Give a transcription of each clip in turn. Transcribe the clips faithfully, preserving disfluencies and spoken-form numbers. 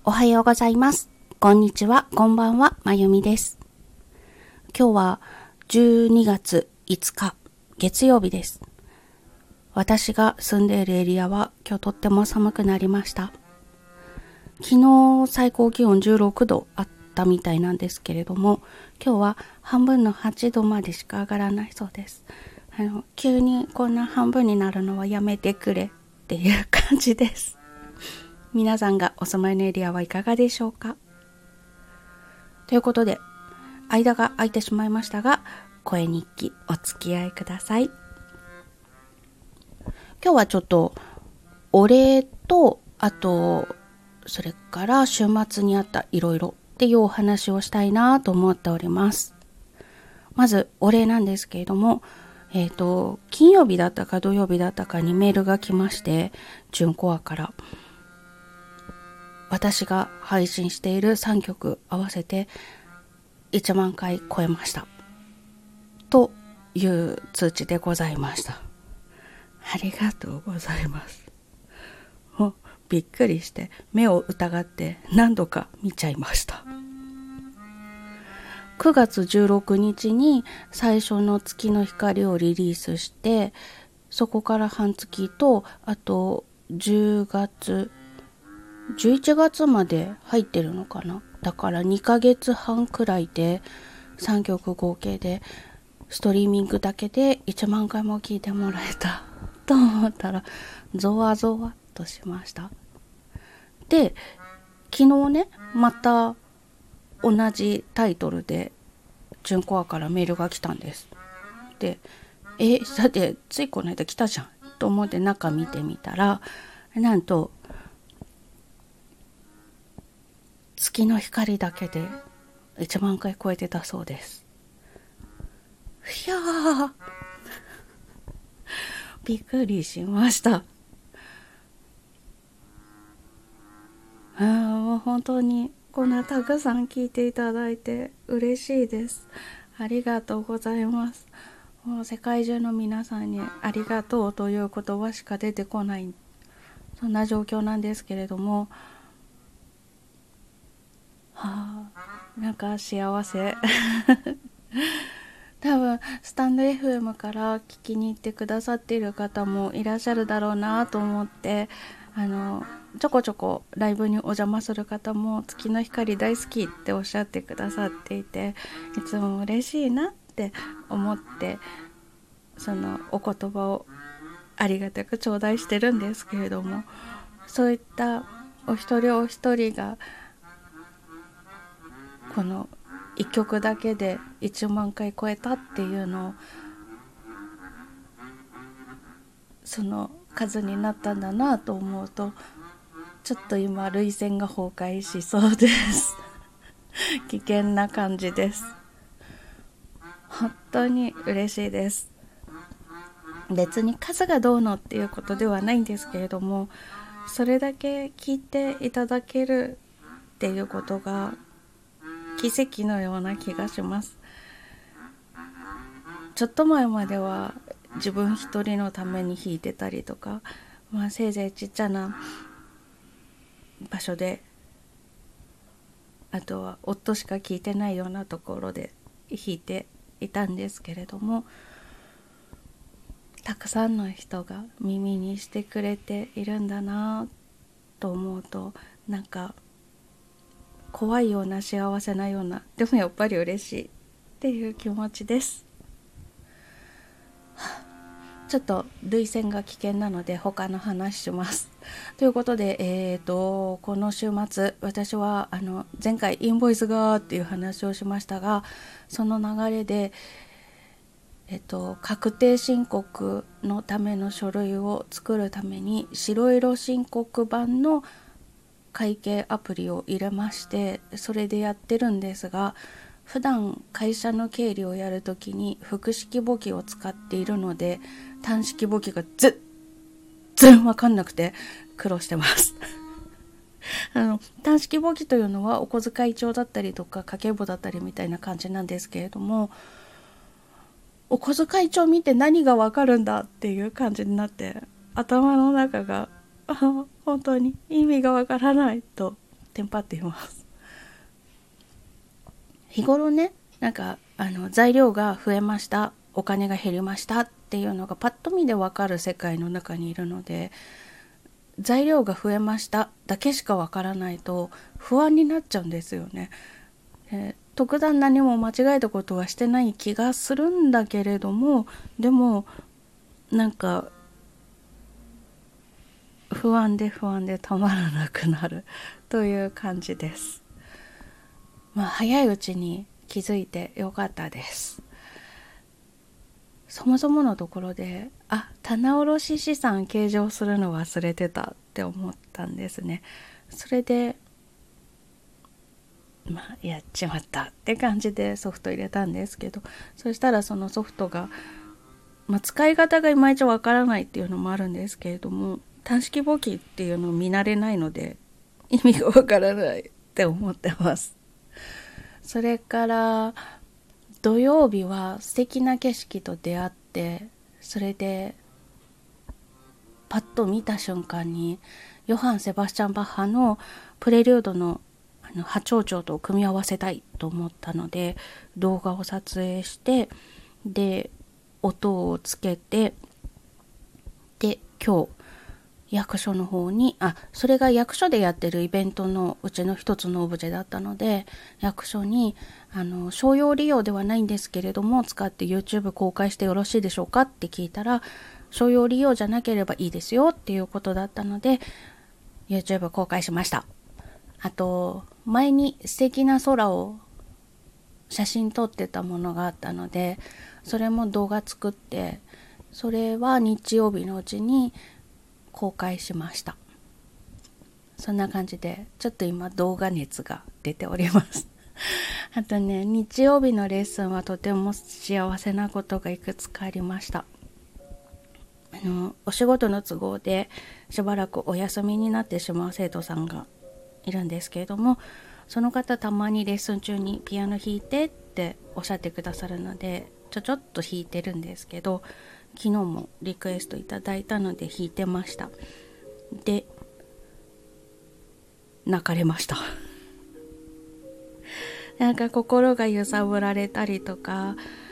おはようございます。こんにちは、こんばんは、まゆみです。今日はじゅうにがついつか、月曜日です。私が住んでいるエリアは今日とっても寒くなりました。昨日最高気温じゅうろくどあったみたいなんですけれども、今日は半分のはちどまでしか上がらないそうです。あの、急にこんな半分になるのはやめてくれっていう感じです。皆さんがお住まいのエリアはいかがでしょうか。ということで、間が空いてしまいましたが、声日記お付き合いください。今日はちょっとお礼と、あとそれから週末にあったいろいろっていうお話をしたいなと思っております。まずお礼なんですけれども、えっと金曜日だったか土曜日だったかにメールが来まして、純コアから私が配信しているさんきょく合わせていちまんかい超えましたという通知でございました。ありがとうございます。もうびっくりして目を疑って何度か見ちゃいました。くがつじゅうろくにちに最初の月の光をリリースして、そこから半月と、あとじゅうがつじゅういちがつまで入ってるのかな。だからにかげつはんくらいでさんきょく合計でストリーミングだけでいちまんかいも聞いてもらえたと思ったらゾワゾワっとしました。で、昨日ね、また同じタイトルで純コアからメールが来たんです。で、え、だってついこの間来たじゃんと思って中見てみたら、なんと月の光だけでいちまんかい超えてたそうです。いやーびっくりしました。あもう本当にこんなたくさん聞いていただいて嬉しいです。ありがとうございます。もう世界中の皆さんにありがとうという言葉しか出てこない、そんな状況なんですけれども、はあ、なんか幸せ多分スタンド エフエム から聞きに行ってくださっている方もいらっしゃるだろうなと思って、あのちょこちょこライブにお邪魔する方も月の光大好きっておっしゃってくださっていて、いつも嬉しいなって思って、そのお言葉をありがたく頂戴してるんですけれども、そういったお一人お一人がこのいっきょくだけでいちまんかい超えたっていうのを、その数になったんだなと思うと、ちょっと今涙腺が崩壊しそうです危険な感じです。本当に嬉しいです。別に数がどうのっていうことではないんですけれども、それだけ聞いていただけるっていうことが奇跡のような気がします。ちょっと前までは自分一人のために弾いてたりとか、まあ、せいぜいちっちゃな場所で、あとは夫しか聞いてないようなところで弾いていたんですけれども、たくさんの人が耳にしてくれているんだなと思うと、なんか怖いような幸せなような、でもやっぱり嬉しいっていう気持ちです。ちょっと涙腺が危険なので他の話しますということで、えーとこの週末私はあの前回インボイスがっていう話をしましたが、その流れでえっと、確定申告のための書類を作るために白色申告版の会計アプリを入れまして、それでやってるんですが、普段会社の経理をやるときに複式簿記を使っているので、単式簿記が全然わかんなくて苦労してますあの単式簿記というのはお小遣い帳だったりとか家計簿だったりみたいな感じなんですけれども、お小遣い帳見て何がわかるんだっていう感じになって、頭の中が本当に意味がわからないとテンパっています。日頃ね、なんかあの材料が増えました、お金が減りましたっていうのがパッと見でわかる世界の中にいるので、材料が増えましただけしかわからないと不安になっちゃうんですよね。えー、特段何も間違えたことはしてない気がするんだけれども、でもなんか不安で不安でたまらなくなるという感じです。まあ早いうちに気づいてよかったです。そもそものところで、あ、棚卸資産計上するの忘れてたって思ったんですね。それでまあやっちまったって感じでソフト入れたんですけど、そしたらそのソフトが、まあ、使い方がいまいちわからないっていうのもあるんですけれども、単式簿記っていうのを見慣れないので意味がわからないって思ってます。それから土曜日は素敵な景色と出会って、それでパッと見た瞬間にヨハン・セバスチャン・バッハのプレリュードのあの波長長と組み合わせたいと思ったので動画を撮影して、で音をつけて、で今日役所の方に、あ、それが役所でやってるイベントのうちの一つのオブジェだったので、役所にあの商用利用ではないんですけれども使って YouTube 公開してよろしいでしょうかって聞いたら、商用利用じゃなければいいですよっていうことだったので YouTube 公開しました。あと前に素敵な空を写真撮ってたものがあったので、それも動画作って、それは日曜日のうちに公開しました。そんな感じでちょっと今動画熱が出ておりますあとね、日曜日のレッスンはとても幸せなことがいくつかありました。あのお仕事の都合でしばらくお休みになってしまう生徒さんがいるんですけれども、その方たまにレッスン中にピアノ弾いてっておっしゃってくださるので、ちょちょっと弾いてるんですけど、昨日もリクエストいただいたので弾いてました。で泣かれましたなんか心が揺さぶられたりとか、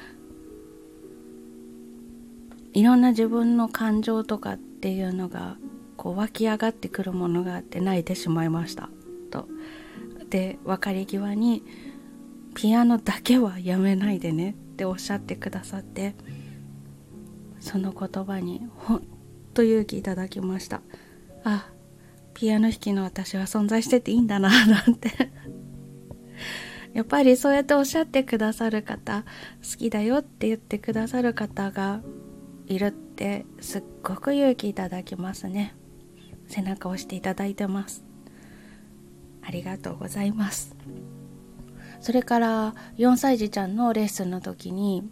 いろんな自分の感情とかっていうのがこう湧き上がってくるものがあって泣いてしまいましたと。で別れ際にピアノだけはやめないでねっておっしゃってくださって、その言葉にほんと勇気いただきました。あ、ピアノ弾きの私は存在してていいんだななんてやっぱりそうやっておっしゃってくださる方、好きだよって言ってくださる方がいるってすっごく勇気いただきますね。背中を押していただいてます。ありがとうございます。それからよんさい児ちゃんのレッスンの時に、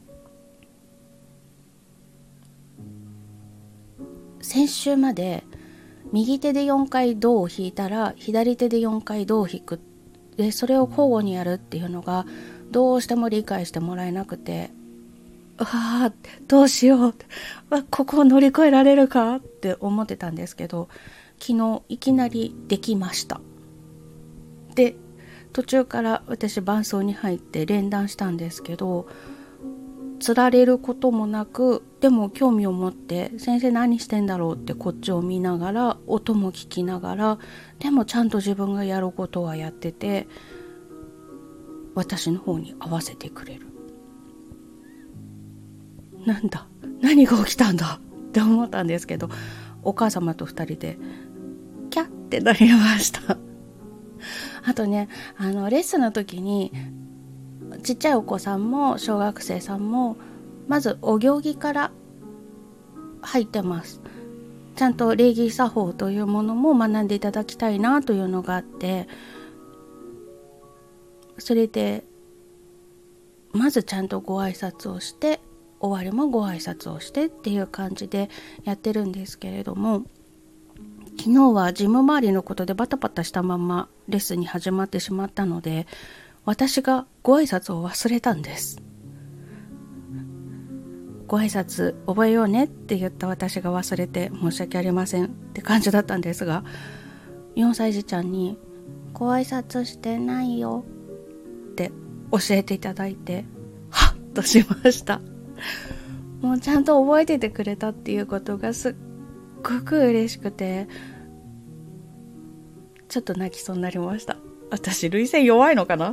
先週まで右手でよんかい銅を弾いたら左手でよんかい銅を弾く、でそれを交互にやるっていうのがどうしても理解してもらえなくて、ああどうしよう、ここを乗り越えられるかって思ってたんですけど、昨日いきなりできました。で途中から私伴奏に入って連弾したんですけど、つられることもなく、でも興味を持って先生何してんだろうってこっちを見ながら、音も聞きながら、でもちゃんと自分がやることはやってて、私の方に合わせてくれる。なんだ何が起きたんだって思ったんですけど、お母様と二人でキャッってなりましたあとね、あのレッスンの時にちっちゃいお子さんも小学生さんもまずお行儀から入ってます。ちゃんと礼儀作法というものも学んでいただきたいなというのがあって、それでまずちゃんとご挨拶をして終わりもご挨拶をしてっていう感じでやってるんですけれども、昨日はジム周りのことでバタバタしたままレッスンに始まってしまったので、私がご挨拶を忘れたんです。ご挨拶覚えようねって言った私が忘れて申し訳ありませんって感じだったんですが、よんさい児ちゃんにご挨拶してないよって教えていただいて、はっとしました。もうちゃんと覚えててくれたっていうことがすっごく嬉しくて、ちょっと泣きそうになりました。私涙腺弱いのかな。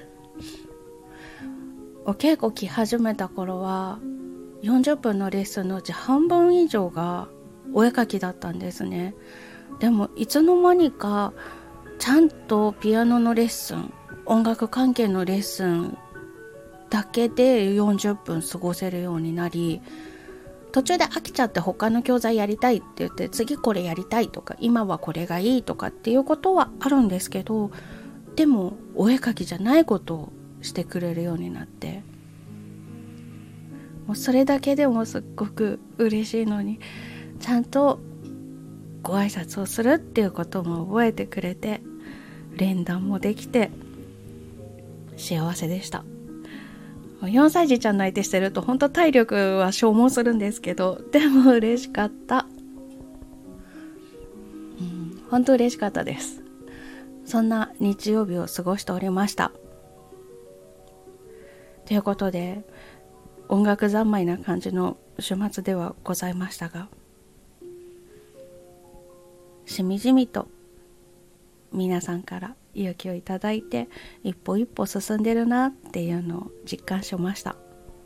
お稽古来始めた頃はよんじゅっぷんのレッスンのうち半分以上がお絵描きだったんですね。でもいつの間にかちゃんとピアノのレッスン、音楽関係のレッスンだけでよんじゅっぷん過ごせるようになり、途中で飽きちゃって他の教材やりたいって言って次これやりたいとか今はこれがいいとかっていうことはあるんですけど、でもお絵描きじゃないことをしてくれるようになって、もうそれだけでもすっごく嬉しいのに、ちゃんとご挨拶をするっていうことも覚えてくれて、連弾もできて幸せでした。よんさい児ちゃんの相手してると本当体力は消耗するんですけど、でも嬉しかった。うん、本当嬉しかったです。そんな日曜日を過ごしておりました。ということで、音楽三昧な感じの週末ではございましたが、しみじみと皆さんから勇気をいただいて一歩一歩進んでるなっていうのを実感しました。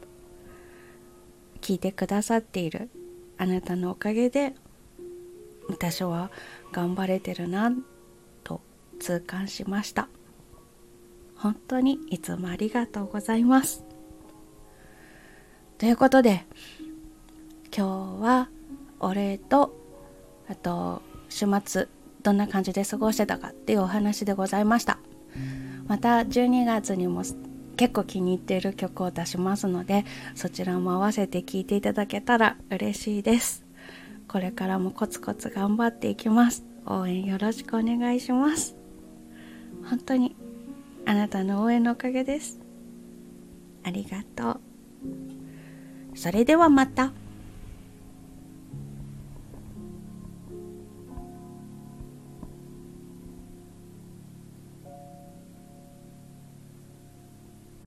聞いてくださっているあなたのおかげで私は頑張れてるなと痛感しました。本当にいつもありがとうございます。ということで今日はお礼と、あと週末どんな感じで過ごしてたかっていうお話でございました。またじゅうにがつにも結構気に入っている曲を出しますので、そちらも合わせて聴いていただけたら嬉しいです。これからもコツコツ頑張っていきます。応援よろしくお願いします。本当にあなたの応援のおかげです。ありがとう。それではまた。